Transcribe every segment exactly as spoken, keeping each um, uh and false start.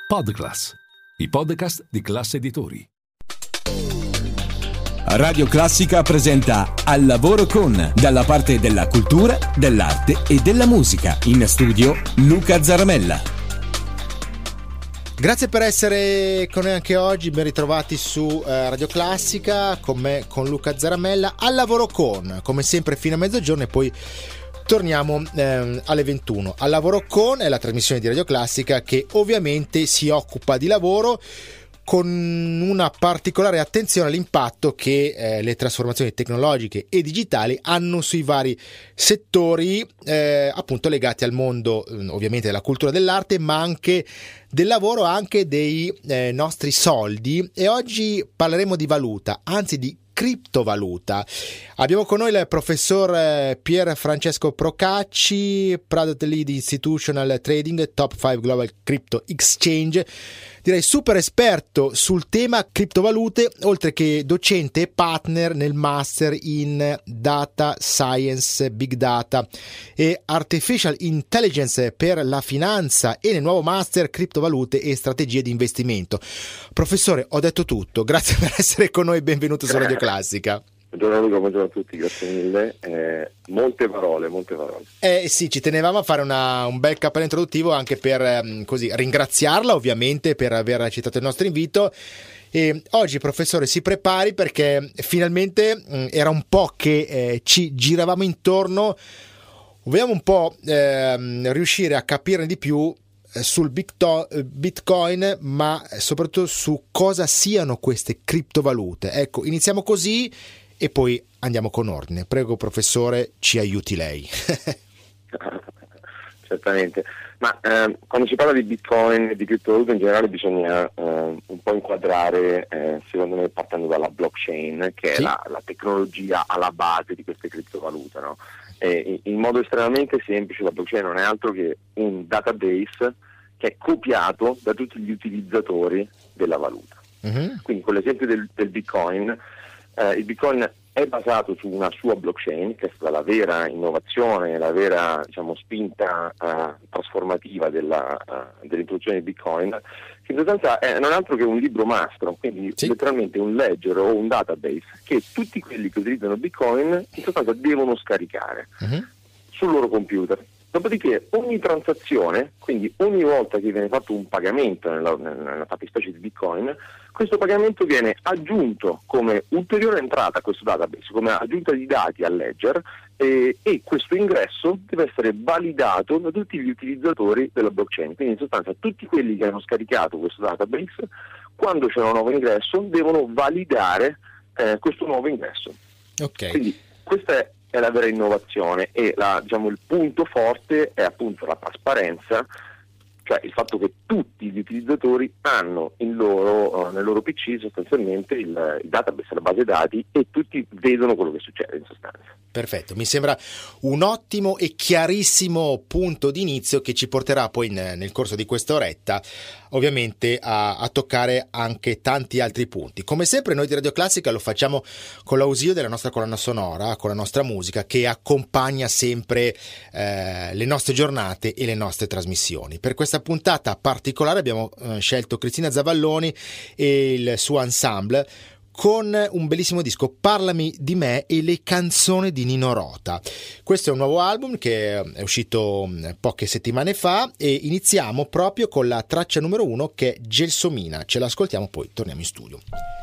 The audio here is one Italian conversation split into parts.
Podclass, i podcast di Class Editori. Radio Classica presenta Al lavoro con, dalla parte della cultura, dell'arte e della musica. In studio Luca Zaramella. Grazie per essere con noi anche oggi, ben ritrovati su eh, Radio Classica, con me, con Luca Zaramella. Al lavoro con, come sempre fino a mezzogiorno e poi torniamo eh, alle ventuno. Al lavoro con è la trasmissione di Radio Classica che ovviamente si occupa di lavoro, con una particolare attenzione all'impatto che eh, le trasformazioni tecnologiche e digitali hanno sui vari settori eh, appunto legati al mondo eh, ovviamente della cultura e dell'arte, ma anche del lavoro, anche dei eh, nostri soldi. E oggi parleremo di valuta, anzi di criptovaluta. Abbiamo con noi il professor Pier Francesco Procacci, Product Lead Institutional Trading, Top cinque Global Crypto Exchange, direi super esperto sul tema criptovalute, oltre che docente e partner nel master in Data Science, Big Data e Artificial Intelligence per la finanza e nel nuovo master criptovalute e strategie di investimento. Professore, ho detto tutto, grazie per essere con noi, benvenuto su Radio Classica. Buongiorno Luca, buongiorno a tutti, grazie mille. Eh, molte parole, molte parole. Eh sì, ci tenevamo a fare una, un bel cappello introduttivo anche per ehm, così ringraziarla ovviamente per aver accettato il nostro invito. E oggi, professore, si prepari perché finalmente mh, era un po' che eh, ci giravamo intorno. Vogliamo un po' ehm, riuscire a capirne di più sul Bitcoin, ma soprattutto su cosa siano queste criptovalute. Ecco, iniziamo così e poi andiamo con ordine. Prego, professore, ci aiuti lei. Certamente, ma eh, quando si parla di Bitcoin e di criptovalute in generale bisogna eh, un po' inquadrare, eh, secondo me, partendo dalla blockchain, che sì. è la, la tecnologia alla base di queste criptovalute, no? E in modo estremamente semplice la blockchain non è altro che un database che è copiato da tutti gli utilizzatori della valuta. Uh-huh. Quindi con l'esempio del, del Bitcoin, eh, il Bitcoin è basato su una sua blockchain, che è stata la vera innovazione, la vera, diciamo, spinta uh, trasformativa della, uh, dell'introduzione di Bitcoin, che in sostanza è non altro che un libro mastro, quindi sì. letteralmente un ledger o un database che tutti quelli che utilizzano Bitcoin in sostanza devono scaricare uh-huh. sul loro computer. Dopodiché ogni transazione, quindi ogni volta che viene fatto un pagamento nella, nella fattispecie di Bitcoin, questo pagamento viene aggiunto come ulteriore entrata a questo database, come aggiunta di dati al ledger, e, e questo ingresso deve essere validato da tutti gli utilizzatori della blockchain. Quindi in sostanza tutti quelli che hanno scaricato questo database, quando c'è un nuovo ingresso, devono validare eh, questo nuovo ingresso. Okay. Quindi questa è è la vera innovazione e la, diciamo, il punto forte è appunto la trasparenza, cioè il fatto che tutti gli utilizzatori hanno in loro, uh, nel loro P C sostanzialmente il, il database, la base dati, e tutti vedono quello che succede in sostanza. Perfetto, mi sembra un ottimo e chiarissimo punto di inizio che ci porterà poi in, nel corso di questa oretta ovviamente a, a toccare anche tanti altri punti. Come sempre noi di Radio Classica lo facciamo con l'ausilio della nostra colonna sonora, con la nostra musica che accompagna sempre eh, le nostre giornate e le nostre trasmissioni. Per questa puntata particolare abbiamo eh, scelto Cristina Zavalloni e il suo ensemble con un bellissimo disco, Parlami di me e le canzoni di Nino Rota. Questo è un nuovo album che è uscito poche settimane fa e iniziamo proprio con la traccia numero uno che è Gelsomina. Ce l'ascoltiamo, poi torniamo in studio.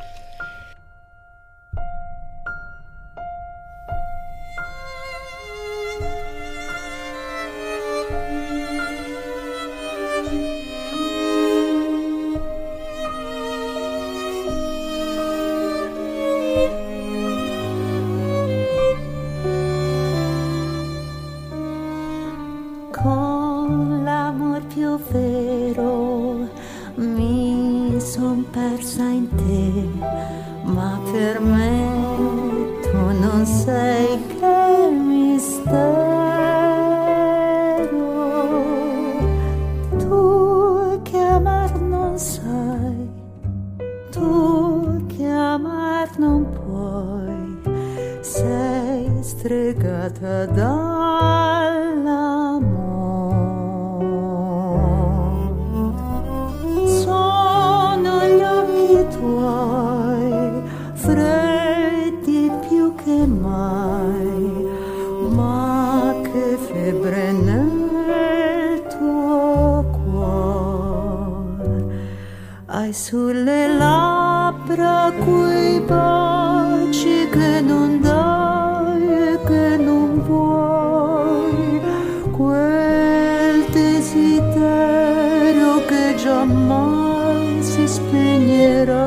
Vero mi son persa in te, ma per me tu non sei che mistero. Tu che amar non sai, tu che amar non puoi, sei stregata dall'amore. Hai sulle labbra quei baci che non dai e che non vuoi, quel desiderio che giammai si spegnerà.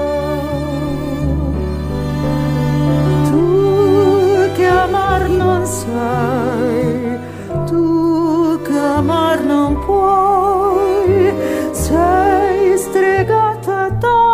Tu che amar non sai, tu che amar non puoi, sei stregata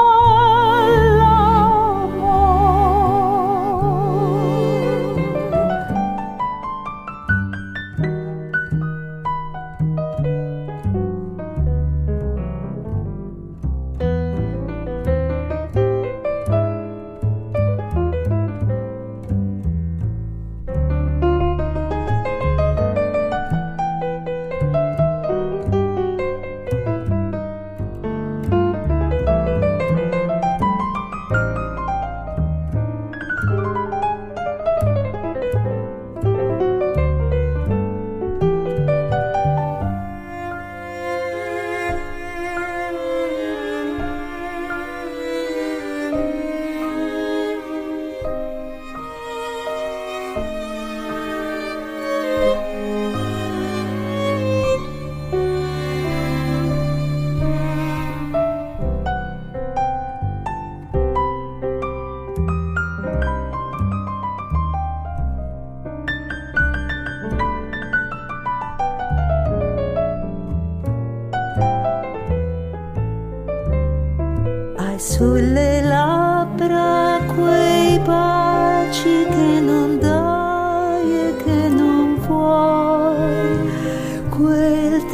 sulle labbra quei baci che non dai e che non vuoi, quel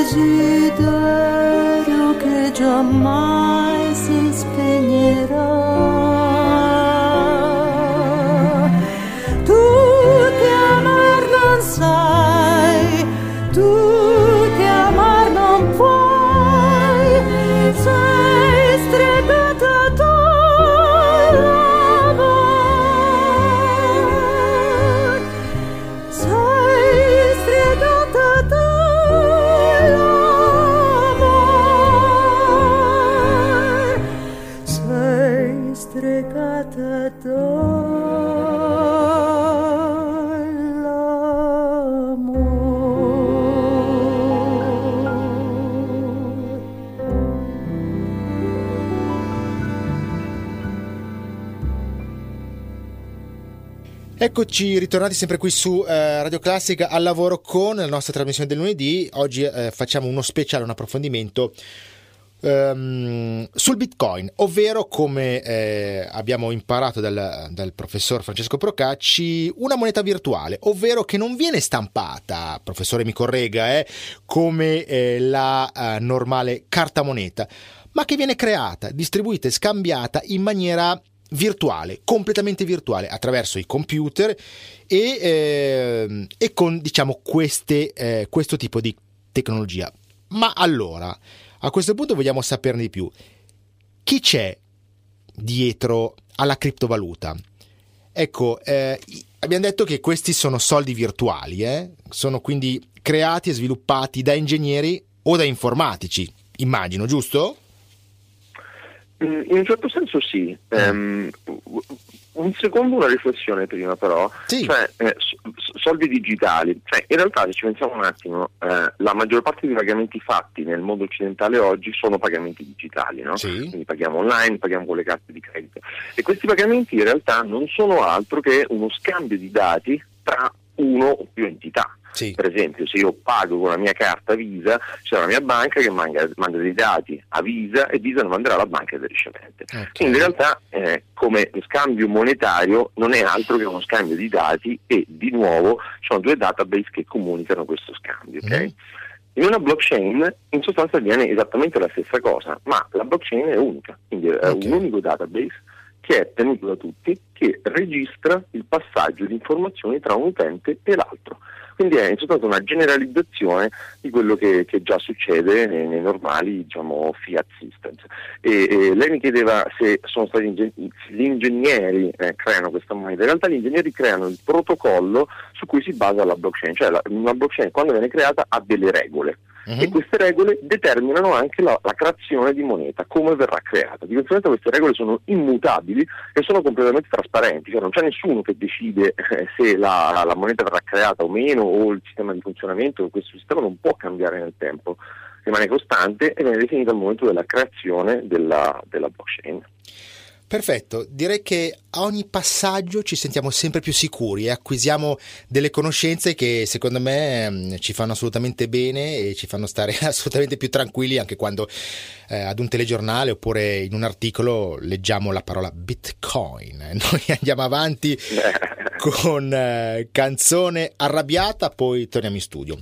desiderio che giammai si spegnerà. Tu che amar non sai, tu che amar non puoi, sei stregata dall'amor, sei stregata dall'amor, sei stregata dall'amor. Eccoci ritornati sempre qui su eh, Radio Classica al lavoro con la nostra trasmissione del lunedì. Oggi eh, facciamo uno speciale, un approfondimento ehm, sul Bitcoin, ovvero come eh, abbiamo imparato dal, dal professor Francesco Procacci, una moneta virtuale, ovvero che non viene stampata, professore mi corregga, eh, come eh, la eh, normale carta moneta, ma che viene creata, distribuita e scambiata in maniera virtuale, completamente virtuale, attraverso i computer e, eh, e con, diciamo, queste, eh, questo tipo di tecnologia. Ma allora, a questo punto vogliamo saperne di più. Chi c'è dietro alla criptovaluta? Ecco, eh, abbiamo detto che questi sono soldi virtuali, eh? Sono quindi creati e sviluppati da ingegneri o da informatici, immagino, giusto? In un certo senso sì. Um, un secondo, una riflessione prima però, sì. Cioè eh, soldi digitali, cioè in realtà se ci pensiamo un attimo, eh, la maggior parte dei pagamenti fatti nel mondo occidentale oggi sono pagamenti digitali, no? Sì. Quindi paghiamo online, paghiamo con le carte di credito e questi pagamenti in realtà non sono altro che uno scambio di dati tra uno o più entità. Sì. Per esempio, se io pago con la mia carta Visa, c'è la mia banca che manda, manda dei dati a Visa e Visa lo manderà alla banca del ricevente. Okay. Quindi in realtà eh, come scambio monetario non è altro che uno scambio di dati e di nuovo ci sono due database che comunicano questo scambio. Okay? Mm. In una blockchain in sostanza avviene esattamente la stessa cosa, ma la blockchain è unica, quindi è okay. un unico database che è tenuto da tutti, che registra il passaggio di informazioni tra un utente e l'altro. Quindi è in sostanza una generalizzazione di quello che, che già succede nei, nei normali, diciamo, fiat systems. E, e lei mi chiedeva se sono stati ingen- gli ingegneri eh, creano questa moneta. In realtà gli ingegneri creano il protocollo su cui si basa la blockchain, cioè la, una blockchain quando viene creata ha delle regole. uh-huh. e queste regole determinano anche la, la creazione di moneta, come verrà creata. Di conseguenza queste regole sono immutabili e sono completamente trasparenti, cioè non c'è nessuno che decide eh, se la, la moneta verrà creata o meno, o il sistema di funzionamento. Questo sistema non può cambiare nel tempo, rimane costante e viene definito al momento della creazione della, della blockchain. Perfetto, direi che a ogni passaggio ci sentiamo sempre più sicuri e acquisiamo delle conoscenze che secondo me ci fanno assolutamente bene e ci fanno stare assolutamente più tranquilli anche quando eh, ad un telegiornale oppure in un articolo leggiamo la parola Bitcoin. Noi andiamo avanti con eh, canzone arrabbiata, poi torniamo in studio.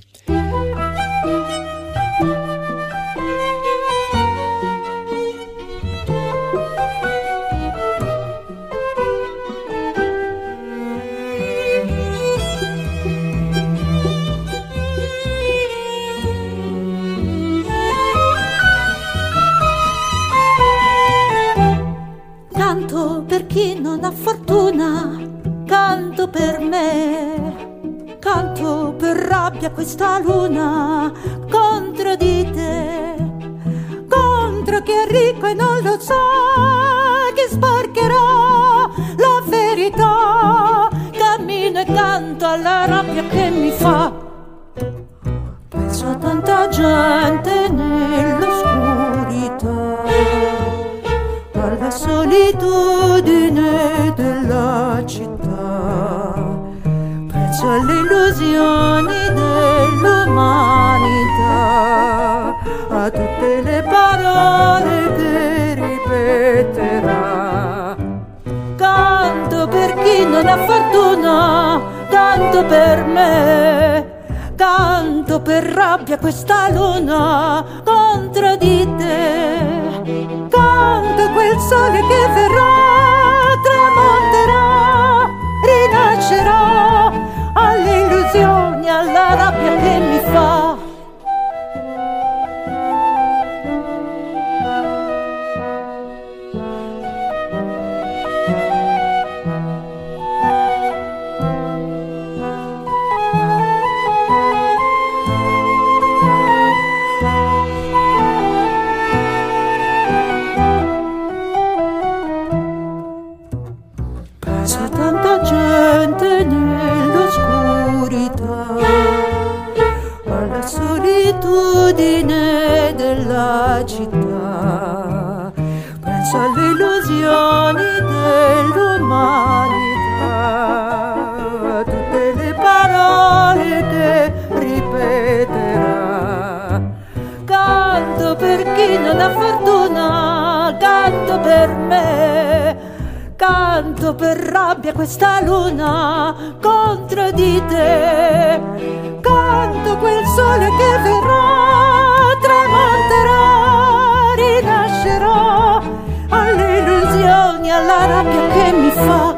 Per chi non ha fortuna, canto per me, canto per rabbia questa luna contro di te, contro chi è ricco e non lo sa, che sporcherà la verità. Cammino e canto alla rabbia che mi fa, penso a tanta gente nell'oscurità, alla solitudine della città, penso alle illusioni dell'umanità, a tutte le parole che ripeterà. Canto per chi non ha fortuna, canto per me, canto per rabbia questa luna contro di te, canto quel sole che verrà, tramonterà, rinascerà, alle illusioni, alla rabbia che mi fa. Solitudine della città, penso alle illusioni dell'umanità, tutte le parole che ripeterà. Canto per chi non ha fortuna, canto per me, canto per rabbia questa luna contro di te, canto quel sole che verrà, tramonterà, rinascerà, alle illusioni, alla rabbia che mi fa.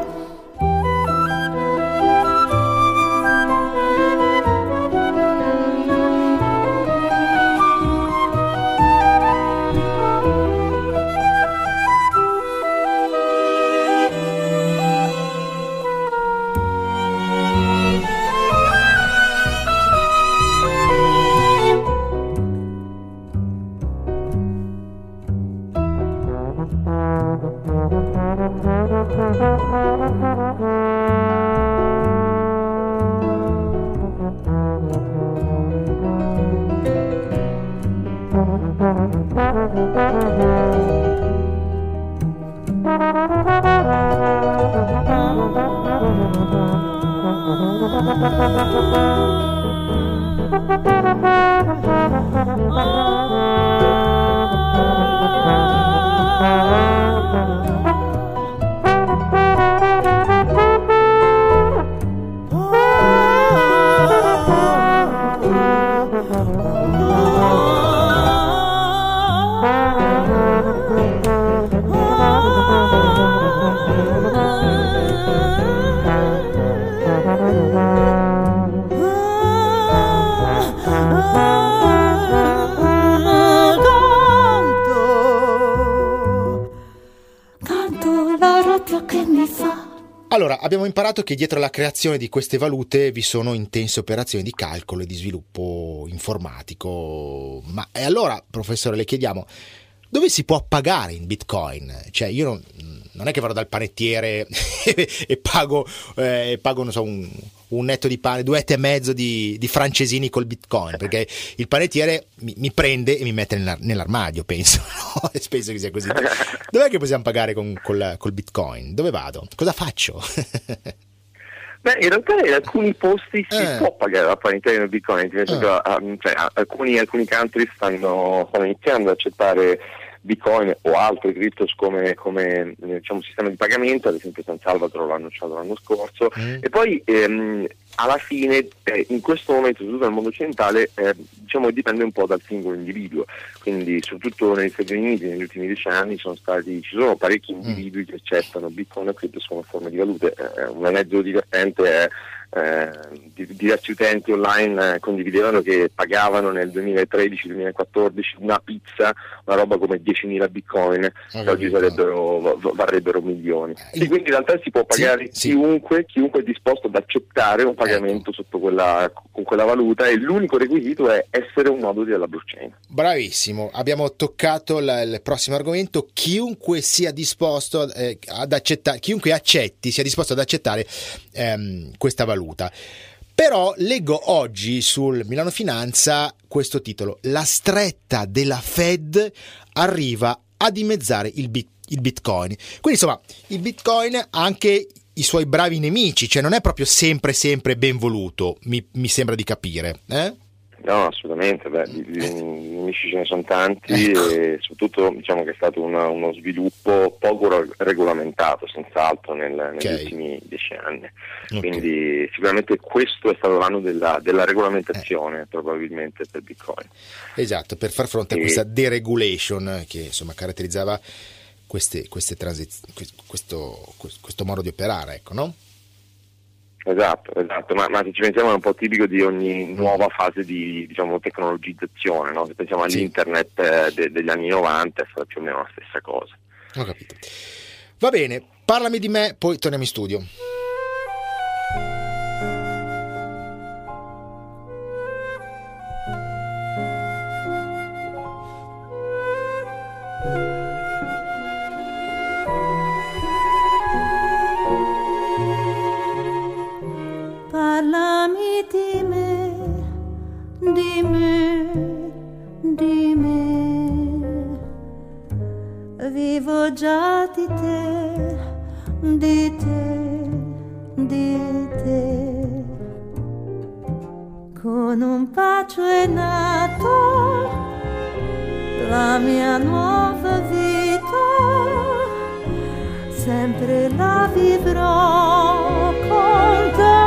Allora, abbiamo imparato che dietro la creazione di queste valute vi sono intense operazioni di calcolo e di sviluppo informatico. Ma e allora, professore, le chiediamo, dove si può pagare in Bitcoin? Cioè, io non, non è che vado dal panettiere e, e pago, eh, pago non so, un, un netto di pane, due etti e mezzo di, di francesini col Bitcoin, perché il panettiere mi, mi prende e mi mette nell'ar- nell'armadio, penso, no? Penso che sia così. Dov'è che possiamo pagare con, col, col Bitcoin? Dove vado? Cosa faccio? Beh, in realtà in alcuni posti si eh. può pagare la parità del Bitcoin, nel senso eh. che cioè, alcuni, alcuni country stanno, stanno iniziando ad accettare Bitcoin o altri criptos come, come diciamo, sistema di pagamento, ad esempio San Salvador l'ha annunciato l'anno scorso, mm. e poi ehm, alla fine eh, in questo momento, soprattutto nel mondo occidentale, eh, diciamo dipende un po' dal singolo individuo, quindi soprattutto negli Stati Uniti negli ultimi dieci anni sono stati, ci sono parecchi individui mm. che accettano Bitcoin e criptos come forme di valute. Eh, un aneddoto divertente è Eh, diversi utenti online eh, condividevano che pagavano nel duemilatredici duemilaquattordici una pizza, una roba come diecimila bitcoin, che oh, oggi sarebbero, v- varrebbero milioni. Eh, e quindi in realtà si può pagare sì, chiunque, sì. chiunque è disposto ad accettare un pagamento ecco. sotto quella, con quella valuta, e l'unico requisito è essere un nodo della blockchain. Bravissimo, abbiamo toccato la, il prossimo argomento. Chiunque sia disposto eh, ad accettare, chiunque accetti sia disposto ad accettare ehm, questa valuta. Però leggo oggi sul Milano Finanza questo titolo: la stretta della Fed arriva a dimezzare il, bit, il Bitcoin. Quindi insomma il Bitcoin ha anche i suoi bravi nemici, cioè non è proprio sempre sempre ben voluto, mi, mi sembra di capire, eh? No, assolutamente, beh, i nemici ce ne sono tanti, ecco. E soprattutto diciamo che è stato una, uno sviluppo poco re- regolamentato, senz'altro, nel, negli okay. ultimi dieci anni. Okay. Quindi sicuramente questo è stato l'anno della, della regolamentazione, eh. probabilmente, per Bitcoin. Esatto, per far fronte e... a questa deregulation che insomma caratterizzava queste, queste transiz- questo, questo modo di operare, ecco, no? Esatto, esatto, ma, ma se ci pensiamo è un po' tipico di ogni nuova fase di, diciamo, tecnologizzazione, no? Se pensiamo all'internet sì. eh, de, degli anni novanta è stata più o meno la stessa cosa. Ho capito. Va bene, parlami di me, poi torniamo in studio. Parlami di me, di me, di me. Vivo già di te, di te, di te. Con un bacio è nato la mia nuova vita, sempre la vivrò con te.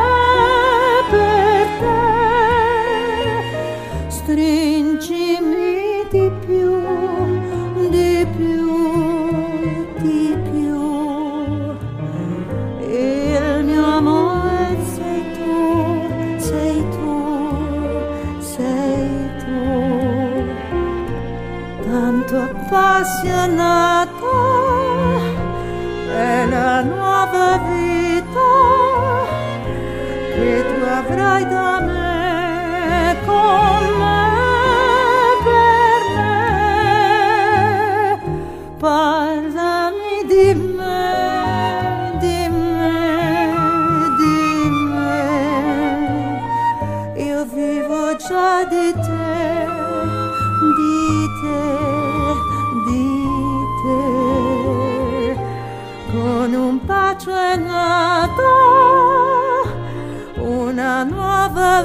Stringimi di più, di più, di più. Il mio amore sei tu, sei tu, sei tu. Tanto appassionato è la nuova vita che tu avrai da me, con me. Parlami di me, di me, di me. Io vivo già di te, di te, di te. Con un bacio è nata una nuova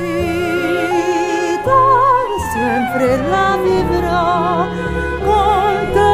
vita, sempre la vivrò con te.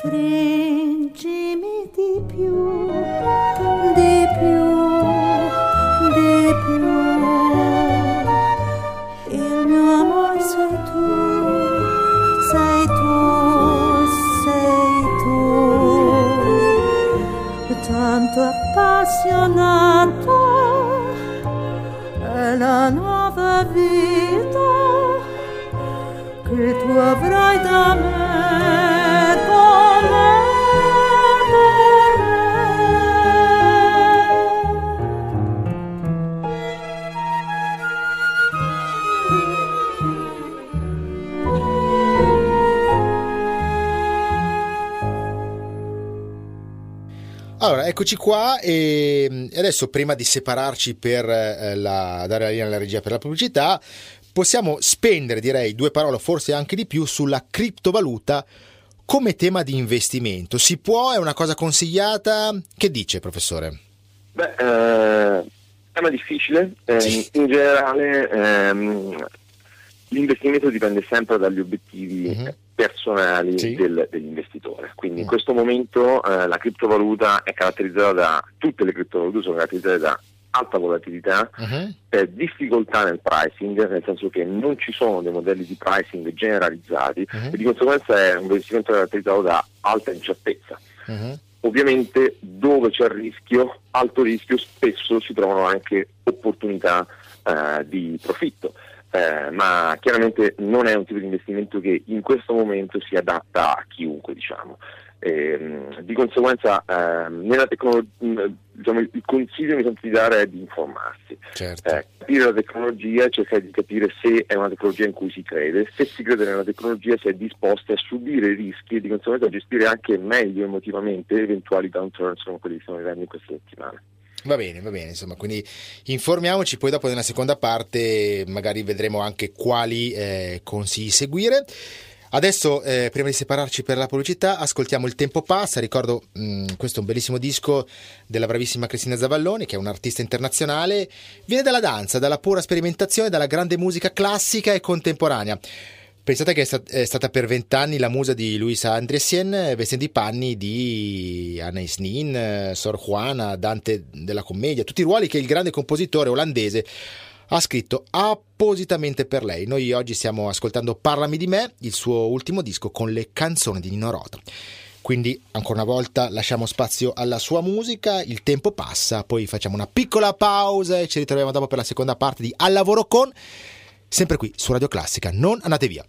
stringimi di più, di più, di più. Il mio amor sei tu, sei tu, sei tu. Tanto appassionato è la nuova vita che tu avrai da me, con me, Allora, eccoci qua e adesso, prima di separarci per eh, la, dare la linea alla regia per la pubblicità, possiamo spendere, direi, due parole, forse anche di più, sulla criptovaluta come tema di investimento. Si può? È una cosa consigliata? Che dice, professore? Beh, eh, tema difficile. Eh, Sì. In generale ehm, l'investimento dipende sempre dagli obiettivi Mhm. personali Sì. del, dell'investitore. Quindi in Mm. questo momento eh, la criptovaluta è caratterizzata da, tutte le criptovalute sono caratterizzate da alta volatilità, Mhm. eh, difficoltà nel pricing, nel senso che non ci sono dei modelli di pricing generalizzati Mhm. e di conseguenza è un investimento caratterizzato da alta incertezza. Mhm. Ovviamente dove c'è il rischio, alto rischio, spesso si trovano anche opportunità eh, di profitto, eh, ma chiaramente non è un tipo di investimento che in questo momento si adatta a chiunque, diciamo. Ehm, di conseguenza ehm, nella tecnologia, diciamo, il consiglio che mi sento di dare è di informarsi, Certo. eh, capire la tecnologia e cercare di capire se è una tecnologia in cui si crede, se si crede nella tecnologia si è disposti a subire i rischi e di conseguenza a gestire anche meglio emotivamente eventuali downturns come quelli che stiamo vivendo in queste settimane. Va bene, va bene, insomma, quindi informiamoci, poi dopo nella seconda parte magari vedremo anche quali eh, consigli seguire. Adesso, eh, prima di separarci per la pubblicità, ascoltiamo Il tempo passa. Ricordo, mh, questo è un bellissimo disco della bravissima Cristina Zavalloni, che è un'artista internazionale, viene dalla danza, dalla pura sperimentazione, dalla grande musica classica e contemporanea. Pensate che è, stat- è stata per vent'anni la musa di Louis Andriessen, vestendo i panni di Anais Nin, Sor Juana, Dante della commedia, tutti i ruoli che il grande compositore olandese ha scritto appositamente per lei. Noi oggi stiamo ascoltando Parlami di me, il suo ultimo disco con le canzoni di Nino Rota. Quindi ancora una volta lasciamo spazio alla sua musica, il tempo passa, poi facciamo una piccola pausa e ci ritroviamo dopo per la seconda parte di Al lavoro con, sempre qui su Radio Classica. Non andate via.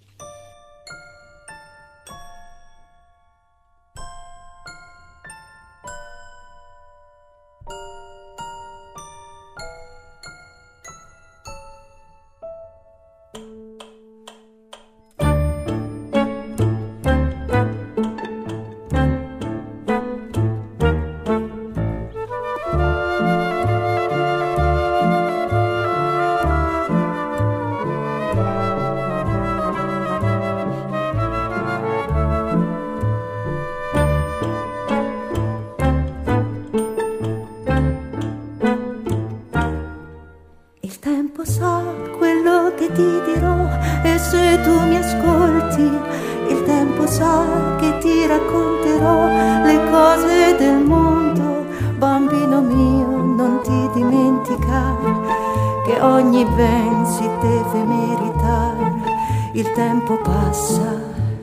Ogni ben si deve meritare, il tempo passa,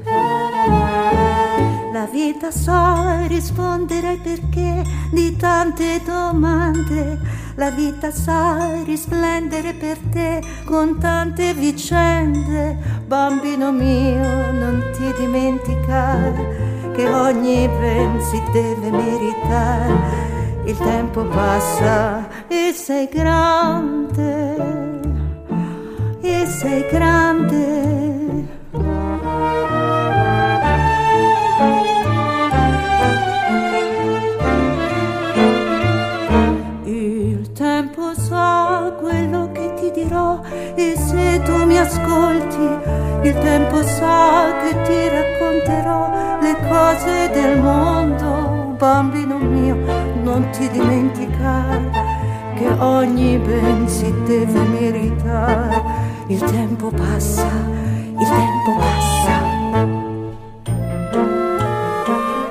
la vita sa rispondere al perché di tante domande, la vita sa risplendere per te con tante vicende, bambino mio non ti dimenticare che ogni ben si deve meritare. Il tempo passa e sei grande, e sei grande. Il tempo sa quello che ti dirò e se tu mi ascolti, il tempo sa che ti racconterò le cose del mondo, bambino mio. Non ti dimenticare che ogni ben si deve meritare. Il tempo passa, il tempo passa.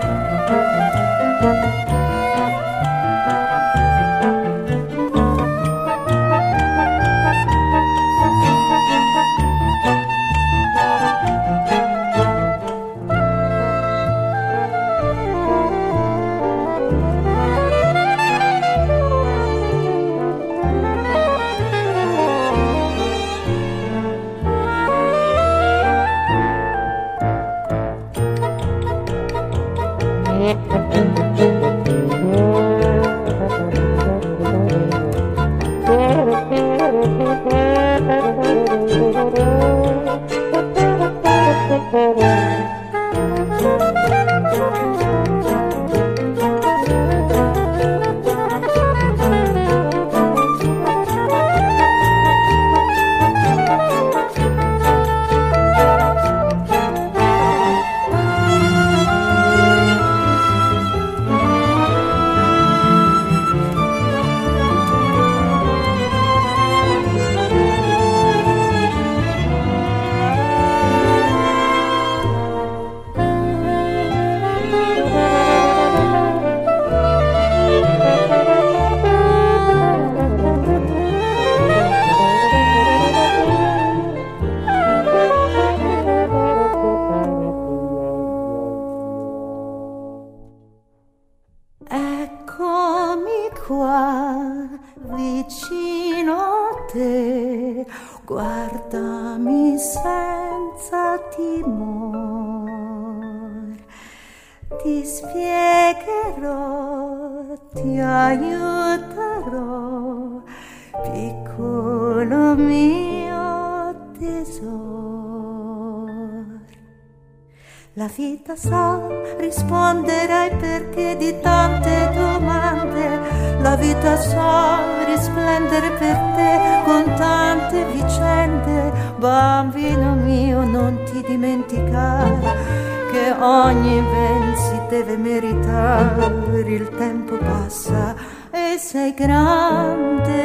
La vita sa rispondere ai perché di tante domande, la vita sa risplendere per te con tante vicende. Bambino mio, non ti dimenticare che ogni ben si deve meritare, il tempo passa e sei grande,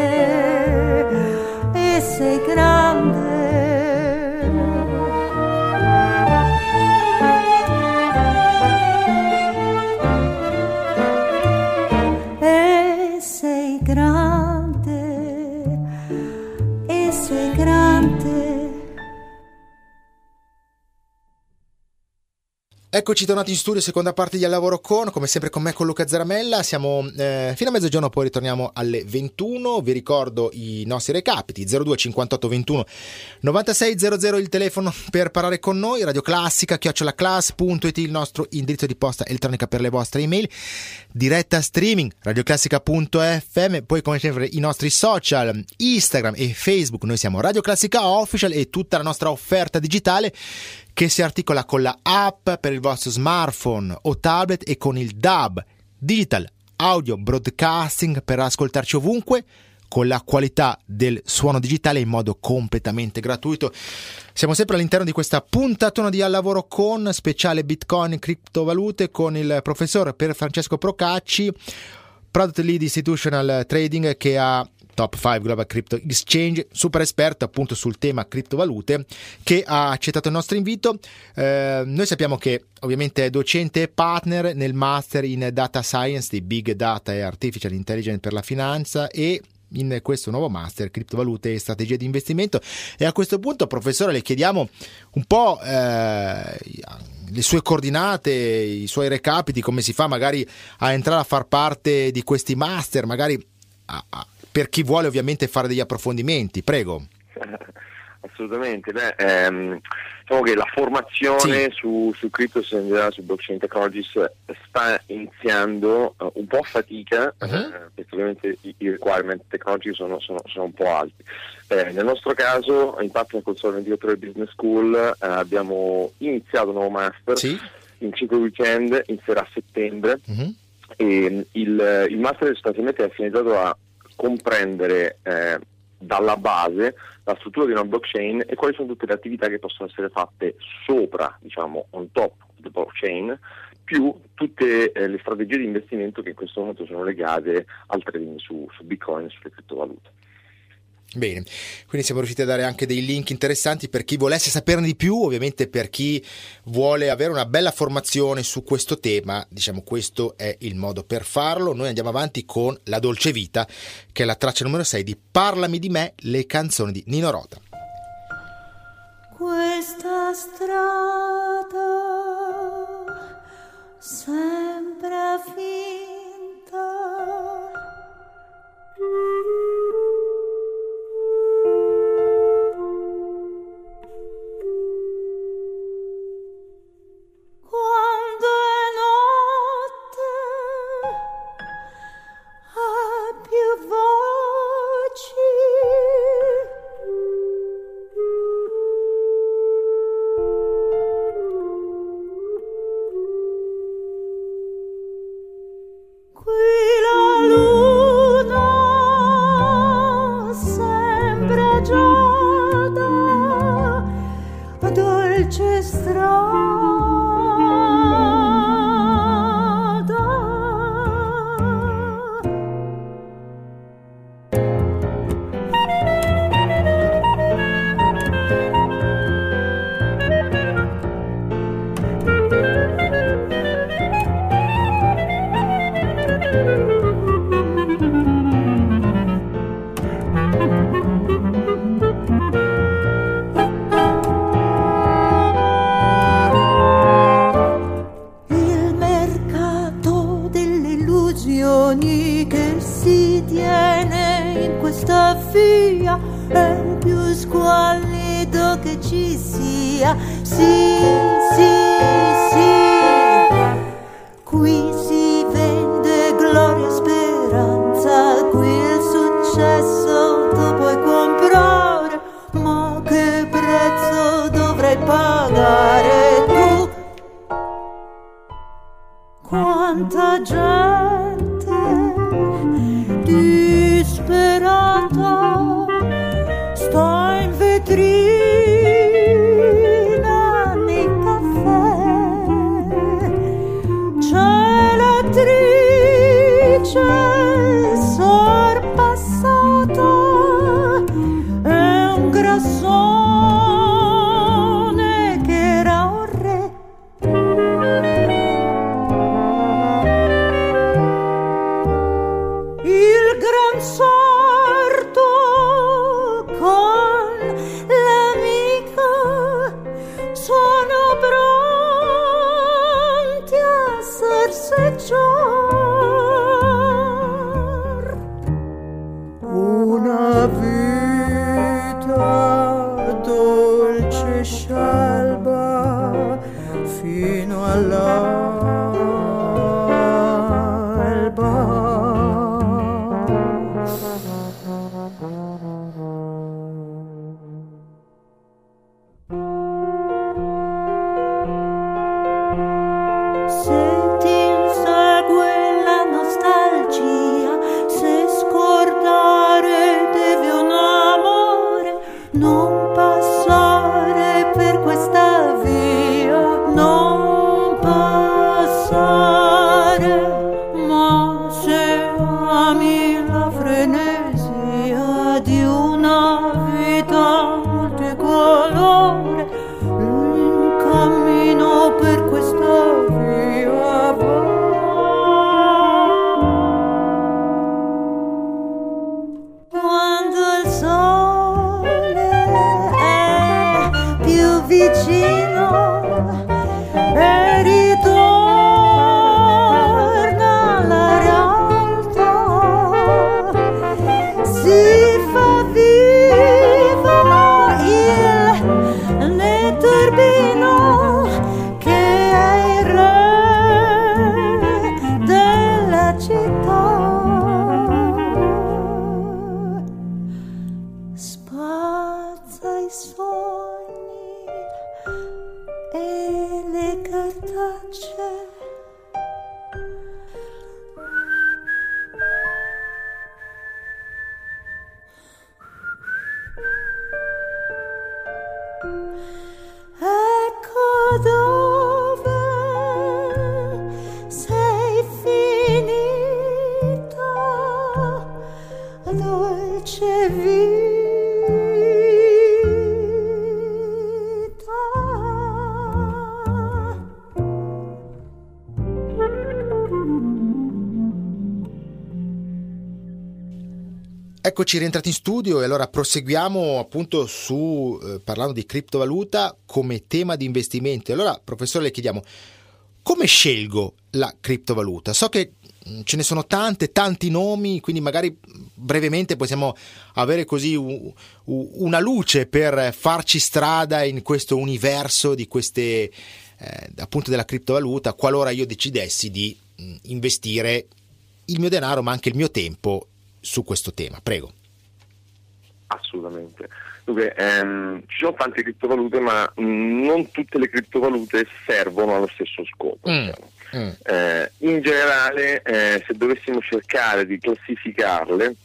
e sei grande. Grande, e sei grande. Eccoci tornati in studio, seconda parte di Al Lavoro Con, come sempre con me, con Luca Zaramella. Siamo eh, fino a mezzogiorno, poi ritorniamo alle ventuno. Vi ricordo i nostri recapiti: zero due cinquantotto ventuno novantasei zero zero il telefono per parlare con noi, Radio Classica chiocciola class punto it il nostro indirizzo di posta elettronica per le vostre email, diretta streaming radioclassica punto effe emme, poi come sempre i nostri social Instagram e Facebook. Noi siamo Radio Classica Official e tutta la nostra offerta digitale che si articola con la app per il vostro smartphone o tablet e con il D A B, Digital Audio Broadcasting, per ascoltarci ovunque con la qualità del suono digitale in modo completamente gratuito. Siamo sempre all'interno di questa puntatona di Al Lavoro Con, speciale Bitcoin e criptovalute, con il professor Pier Francesco Procacci, Product Lead Institutional Trading, che ha Top cinque Global Crypto Exchange, super esperto appunto sul tema criptovalute, che ha accettato il nostro invito. Eh, noi sappiamo che ovviamente è docente e partner nel Master in Data Science di Big Data e Artificial Intelligence per la finanza, e in questo nuovo Master criptovalute e strategie di investimento. E a questo punto, professore, le chiediamo un po' eh, le sue coordinate, i suoi recapiti, come si fa magari a entrare a far parte di questi Master, magari a, a per chi vuole ovviamente fare degli approfondimenti. Prego. Assolutamente. Beh, ehm, diciamo che la formazione sì. su, su crypto, in generale su blockchain technologies, sta iniziando uh, un po' a fatica, uh-huh. eh, perché ovviamente i, i requirement tecnologici sono, sono, sono un po' alti. Eh, nel nostro caso, in partner col Sole ventiquattro Business School, eh, abbiamo iniziato un nuovo master sì. in cinque weekend, inizierà a settembre, uh-huh. e il, il master sostanzialmente è finalizzato a comprendere eh, dalla base la struttura di una blockchain e quali sono tutte le attività che possono essere fatte sopra, diciamo on top the blockchain, più tutte eh, le strategie di investimento che in questo momento sono legate al trading su, su Bitcoin e sulle criptovalute. Bene, quindi siamo riusciti a dare anche dei link interessanti per chi volesse saperne di più, ovviamente per chi vuole avere una bella formazione su questo tema. Diciamo, questo è il modo per farlo. Noi andiamo avanti con La Dolce Vita, che è la traccia numero sei di Parlami di me, le canzoni di Nino Rota. Questa strada sembra finta, quando è dolce strada. Che si tiene in questa via è il più squallido che ci sia. Sì, sì, sì, qui si vende gloria e speranza, qui il successo tu puoi comprare, ma che prezzo dovrai pagare tu? Quanta gente disperata sta in vetrina nei caffè, c'è l'attrice sorpassata e un grassone che era un re. Il gran sorto con l'amica sono pronti a sorseggiar una vita dolce e scialba fino all'alba. Se ti insegue la nostalgia, se scordare devi un amore, non passare per questa via, non passare, ma se ami la frenesia di una vita multicolore, in cammino per questa via va. Quando il sole è più vicino e ritorna alla realtà, si fa vivo il netturbino che è il re della città. Spazza i sogni e le cartacce. Ecco dove sei finita, dolce vita. Eccoci rientrati in studio e allora proseguiamo appunto su eh, parlando di criptovaluta come tema di investimento. Allora, professore, le chiediamo come scelgo la criptovaluta? So che mh, ce ne sono tante, tanti nomi, quindi magari brevemente possiamo avere così u, u, una luce per farci strada in questo universo di queste eh, appunto della criptovaluta, qualora io decidessi di mh, investire il mio denaro ma anche il mio tempo su questo tema. Prego. Assolutamente. Dunque, ehm, ci sono tante criptovalute, ma mh, non tutte le criptovalute servono allo stesso scopo. Mm. Diciamo. Mm. Eh, in generale, eh, se dovessimo cercare di classificarle,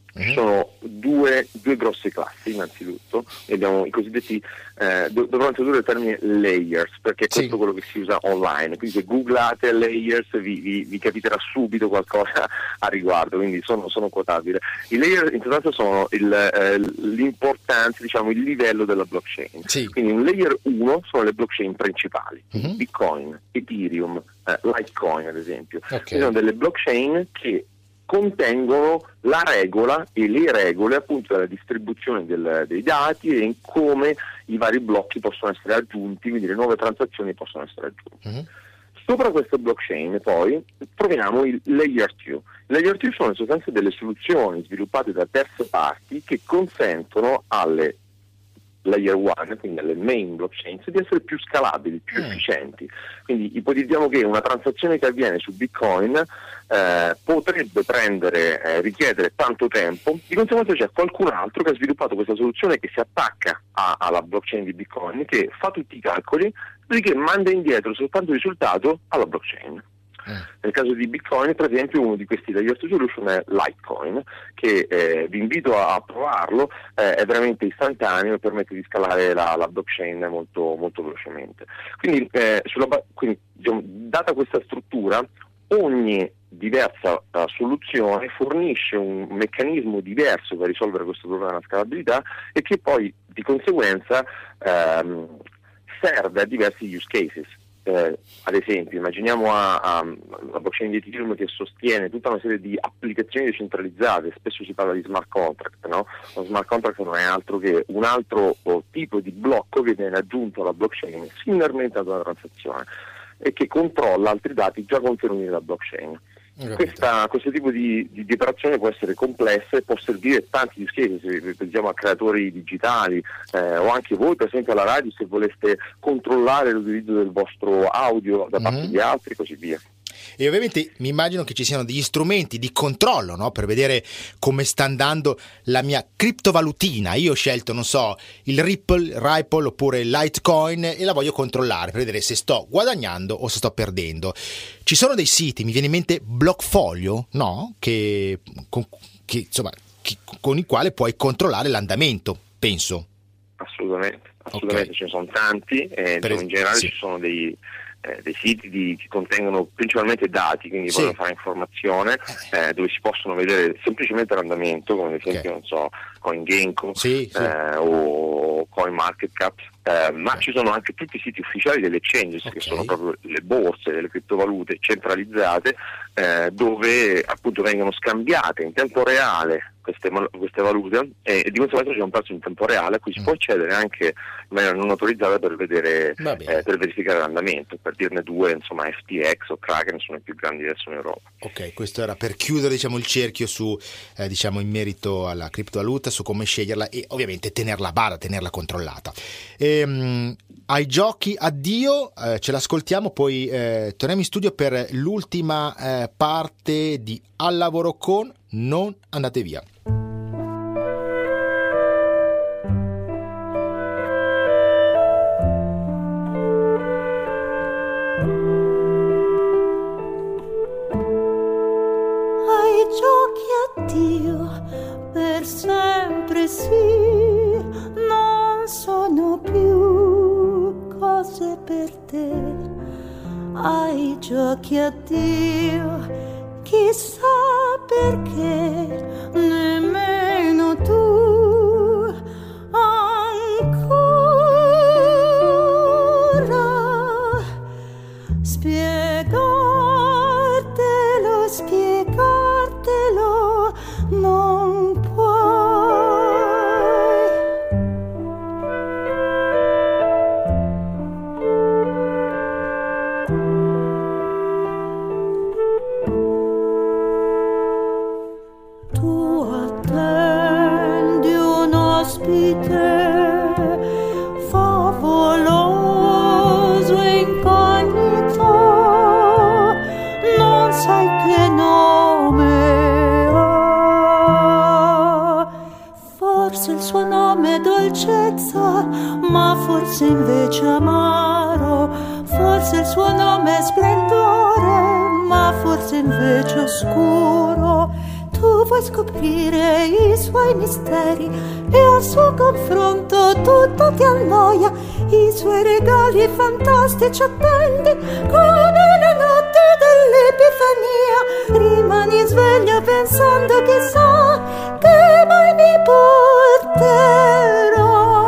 Ci sono due, due grosse classi. Innanzitutto abbiamo i cosiddetti, eh, do, dovrò introdurre il termine layers, perché questo sì. è quello che si usa online, quindi se googlate layers vi, vi, vi capiterà subito qualcosa a riguardo, quindi sono, sono quotabile. I layer in sostanza sono il, eh, l'importanza, diciamo il livello della blockchain, sì. quindi un layer uno sono le blockchain principali, mm-hmm. Bitcoin, Ethereum, eh, Litecoin ad esempio, okay. sono delle blockchain che contengono la regola e le regole appunto della distribuzione del, dei dati e in come i vari blocchi possono essere aggiunti, quindi le nuove transazioni possono essere aggiunte. Mm-hmm. Sopra questa blockchain poi troviamo il layer due. Il layer due sono in sostanza delle soluzioni sviluppate da terze parti che consentono alle layer one, quindi alle main blockchains, di essere più scalabili, più mm. efficienti. Quindi ipotizziamo che una transazione che avviene su Bitcoin eh, potrebbe prendere, eh, richiedere tanto tempo, di conseguenza c'è qualcun altro che ha sviluppato questa soluzione che si attacca a, alla blockchain di Bitcoin, che fa tutti i calcoli, dopodiché manda indietro soltanto il risultato alla blockchain. Mm. Nel caso di Bitcoin, per esempio, uno di questi layer two solution è Litecoin, che eh, vi invito a, a provarlo, eh, è veramente istantaneo e permette di scalare la, la blockchain molto, molto velocemente. Quindi, eh, sulla, quindi diciamo, data questa struttura, ogni diversa uh, soluzione fornisce un meccanismo diverso per risolvere questo problema della scalabilità e che poi di conseguenza ehm, serve a diversi use cases. Eh, ad esempio, immaginiamo a, a, la blockchain di Ethereum che sostiene tutta una serie di applicazioni decentralizzate, spesso si parla di smart contract, no? Lo smart contract non è altro che un altro oh, tipo di blocco che viene aggiunto alla blockchain similarmente ad una transazione e che controlla altri dati già contenuti nella blockchain. Questa, questo tipo di, di, di operazione può essere complessa e può servire tanti use case, pensiamo a creatori digitali eh, o anche voi per esempio alla radio se voleste controllare l'utilizzo del vostro audio da parte mm-hmm. di altri e così via. E ovviamente mi immagino che ci siano degli strumenti di controllo, no? Per vedere come sta andando la mia criptovalutina. Io ho scelto, non so, il Ripple, Ripple oppure il Litecoin e la voglio controllare per vedere se sto guadagnando o se sto perdendo. Ci sono dei siti, mi viene in mente Blockfolio, no? Che, con, che, insomma, che, con il quale puoi controllare l'andamento, penso. Assolutamente, assolutamente, okay. Ce ne sono tanti e per es- in generale sì. Ci sono dei... Eh, dei siti di, che contengono principalmente dati, quindi sì. vogliono fare informazione eh, dove si possono vedere semplicemente l'andamento, come ad esempio okay. non so, CoinGecko sì, sì. Eh, o CoinMarketCap, eh, ma okay. ci sono anche tutti i siti ufficiali delle exchanges okay. che sono proprio le borse delle criptovalute centralizzate eh, dove appunto vengono scambiate in tempo reale queste, queste valute e, e di conseguenza c'è un prezzo in tempo reale a cui si mm. può accedere anche in maniera non autorizzata per vedere eh, per verificare l'andamento. Per dirne due, insomma F T X o Kraken sono i più grandi adesso in Europa. Ok, questo era per chiudere diciamo il cerchio su eh, diciamo in merito alla criptovaluta, su come sceglierla e ovviamente tenerla a bada, tenerla controllata. Ehm, ai giochi addio, eh, ce l'ascoltiamo, poi eh, torniamo in studio per l'ultima eh, parte di Al lavoro con. Non andate via. Ai giochi addio, per sempre sì, non sono più cose per te. Ai giochi addio, chissà perché nemmeno tu ancora spiegartelo, spiegartelo non puoi. Favoloso incognito, non sai che nome ha. Forse il suo nome è dolcezza, ma forse invece amaro. Forse il suo nome è splendore, ma forse invece oscuro. tu vuoi scoprire i suoi misteri e al suo confronto tutto ti annoia, i suoi regali fantastici attendi come le notti dell'Epifania. Rimani sveglia pensando chissà che mai mi porterò.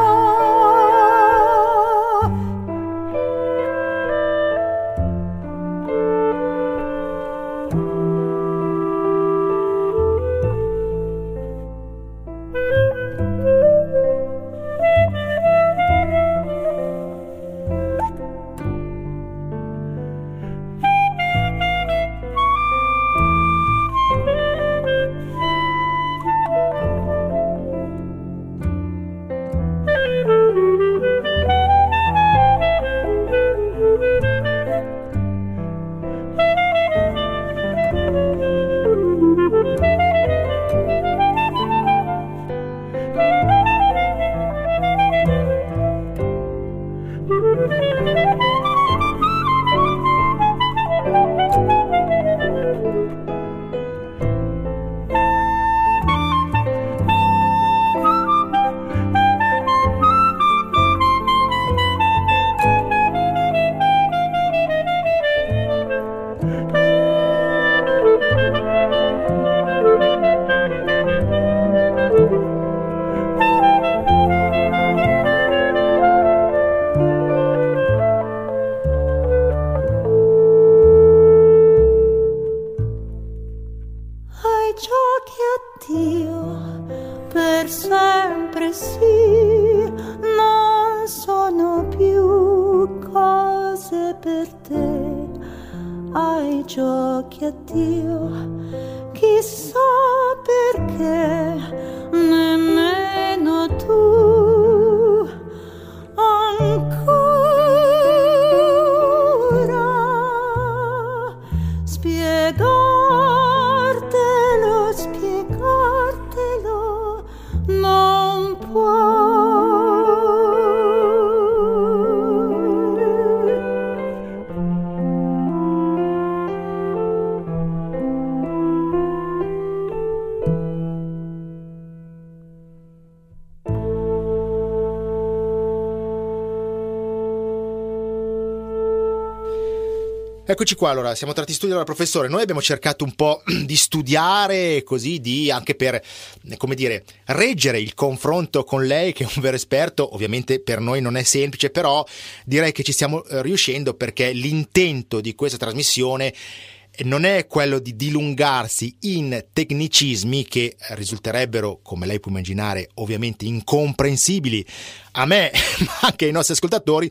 Eccoci qua, allora siamo tornati in studio. Allora, professore, noi abbiamo cercato un po' di studiare così, di anche per, come dire, reggere il confronto con lei, che è un vero esperto. Ovviamente per noi non è semplice, però direi che ci stiamo riuscendo, perché l'intento di questa trasmissione non è quello di dilungarsi in tecnicismi che risulterebbero, come lei può immaginare, ovviamente incomprensibili a me, ma anche ai nostri ascoltatori,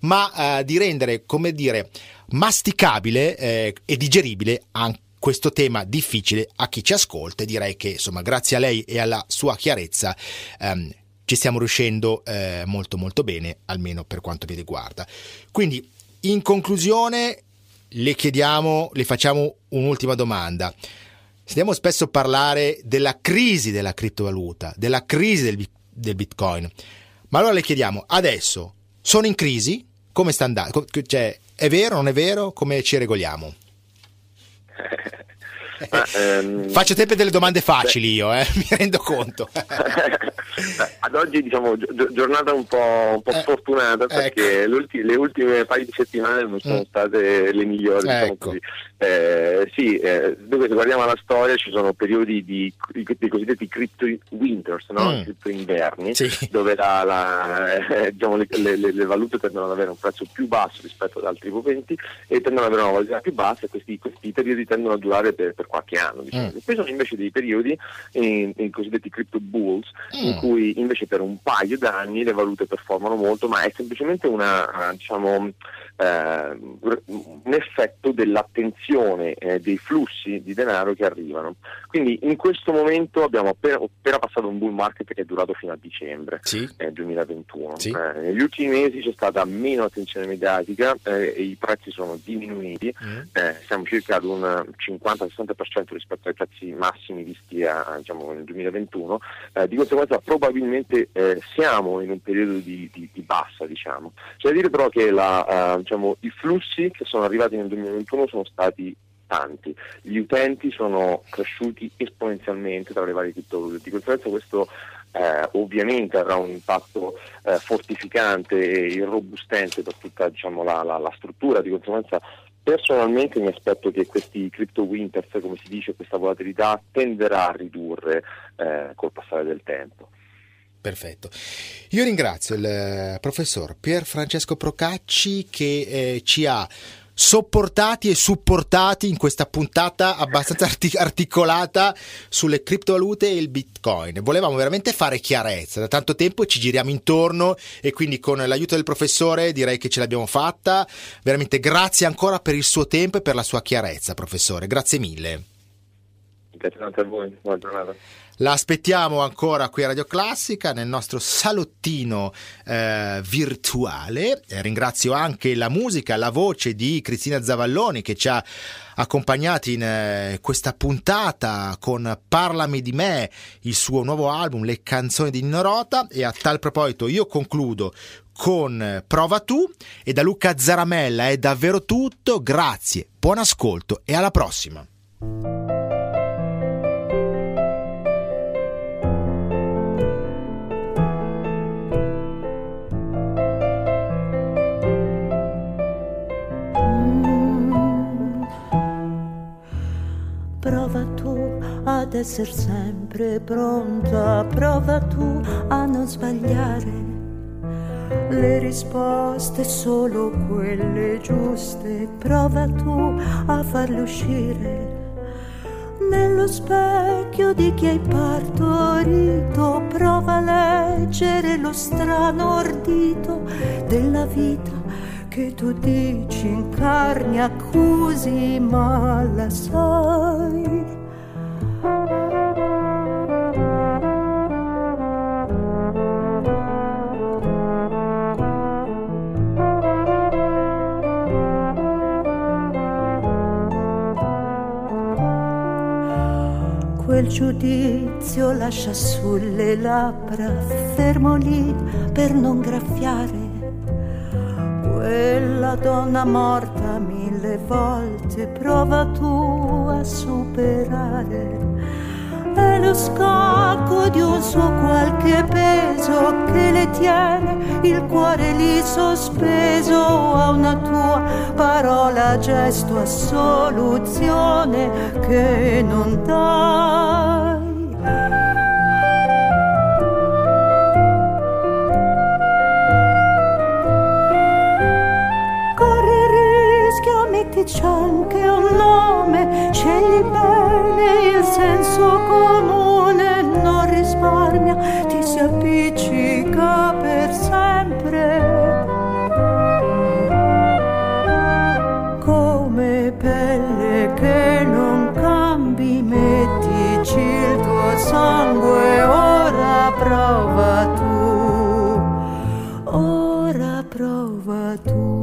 ma eh, di rendere, come dire, masticabile eh, e digeribile anche questo tema difficile a chi ci ascolta. E direi che, insomma, grazie a lei e alla sua chiarezza ehm, ci stiamo riuscendo eh, molto molto bene, almeno per quanto mi riguarda. Quindi, in conclusione, le chiediamo, le facciamo un'ultima domanda. Sentiamo spesso parlare della crisi della criptovaluta, della crisi del, del Bitcoin. Ma allora le chiediamo, adesso sono in crisi? Come sta andando? Cioè, è vero, non è vero? Come ci regoliamo? Ma, ehm, Faccio sempre delle domande facili, beh, io, eh, mi rendo conto. Ad oggi, diciamo, gi- giornata un po', un po' sfortunata, perché ecco. le ultime paio di settimane non sono mm. state le migliori, diciamo ecco. così. Eh, sì, eh, dunque, se guardiamo alla storia, ci sono periodi di, di, di cosiddetti crypto winters, no? Mm. Crypto inverni, sì. dove la, la, eh, diciamo, le, le, le valute tendono ad avere un prezzo più basso rispetto ad altri momenti e tendono ad avere una volatilità più bassa, e questi, questi periodi tendono a durare per, per qualche anno. Diciamo. Mm. Poi sono invece dei periodi, i, i cosiddetti crypto bulls, mm. in cui invece per un paio d'anni le valute performano molto, ma è semplicemente una, diciamo, eh, un effetto dell'attenzione eh, dei flussi di denaro che arrivano. Quindi in questo momento abbiamo appena, appena passato un bull market che è durato fino a dicembre sì. eh, duemilaventuno. Sì. Eh, negli ultimi mesi c'è stata meno attenzione mediatica eh, e i prezzi sono diminuiti, mm. eh, siamo circa ad un cinquanta sessanta per cento rispetto ai prezzi massimi visti a, diciamo, nel duemilaventuno, eh, di conseguenza probabilmente eh, siamo in un periodo di, di, di bassa, diciamo. C'è da dire però che la, uh, diciamo, i flussi che sono arrivati nel duemilaventuno sono stati costanti. Gli utenti sono cresciuti esponenzialmente tra le varie criptovalute, di conseguenza questo eh, ovviamente avrà un impatto eh, fortificante e irrobustente per tutta, diciamo, la, la, la struttura. Di conseguenza personalmente mi aspetto che questi crypto winters, come si dice, questa volatilità tenderà a ridurre eh, col passare del tempo. Perfetto. Io ringrazio il professor Pier Francesco Procacci che eh, ci ha sopportati e supportati in questa puntata abbastanza artic- articolata sulle criptovalute e il Bitcoin. Volevamo veramente fare chiarezza, da tanto tempo ci giriamo intorno e quindi con l'aiuto del professore direi che ce l'abbiamo fatta. Veramente grazie ancora per il suo tempo e per la sua chiarezza, professore, grazie mille. Grazie tanto a voi, buona giornata. La aspettiamo ancora qui a Radio Classica nel nostro salottino eh, virtuale. Eh, ringrazio anche la musica, la voce di Cristina Zavalloni che ci ha accompagnati in eh, questa puntata con Parlami di me, il suo nuovo album Le canzoni di Nino Rota. E a tal proposito io concludo con Prova tu, e da Luca Zaramella è davvero tutto. Grazie, buon ascolto e alla prossima. Prova tu ad essere sempre pronta, prova tu a non sbagliare. Le risposte solo quelle giuste, prova tu a farle uscire. Nello specchio di chi hai partorito, prova a leggere lo strano ordito della vita che tu dici in carne accusi, ma la sai. Quel giudizio lascia sulle labbra, fermo lì per non graffiare. Quella donna morta mille volte, prova tu a superare. È lo scacco di un suo qualche peso che le tiene il cuore lì sospeso a una tua parola, gesto, a soluzione che non dai. C'è anche un nome, scegli bene il senso comune, non risparmia, ti si appiccica per sempre. Come pelle che non cambi, mettici il tuo sangue, ora prova tu, ora prova tu.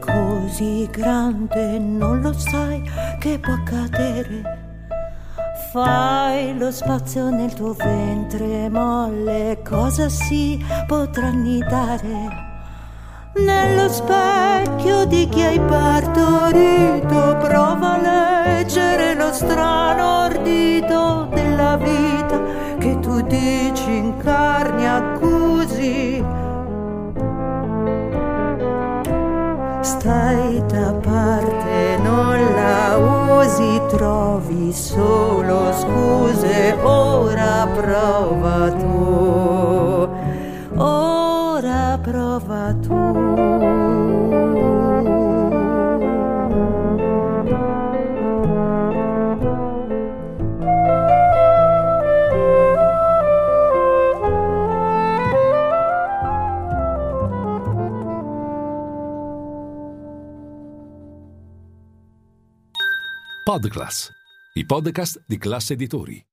Così grande non lo sai che può accadere. Fai lo spazio nel tuo ventre molle, cosa si potrà annidare? Nello specchio di chi hai partorito, prova a leggere lo strano ordito della vita che tu dici in carne accusi. Stai da parte, non la usi, trovi solo scuse, ora prova tu, ora prova tu. Podclass, i podcast di Classe Editori.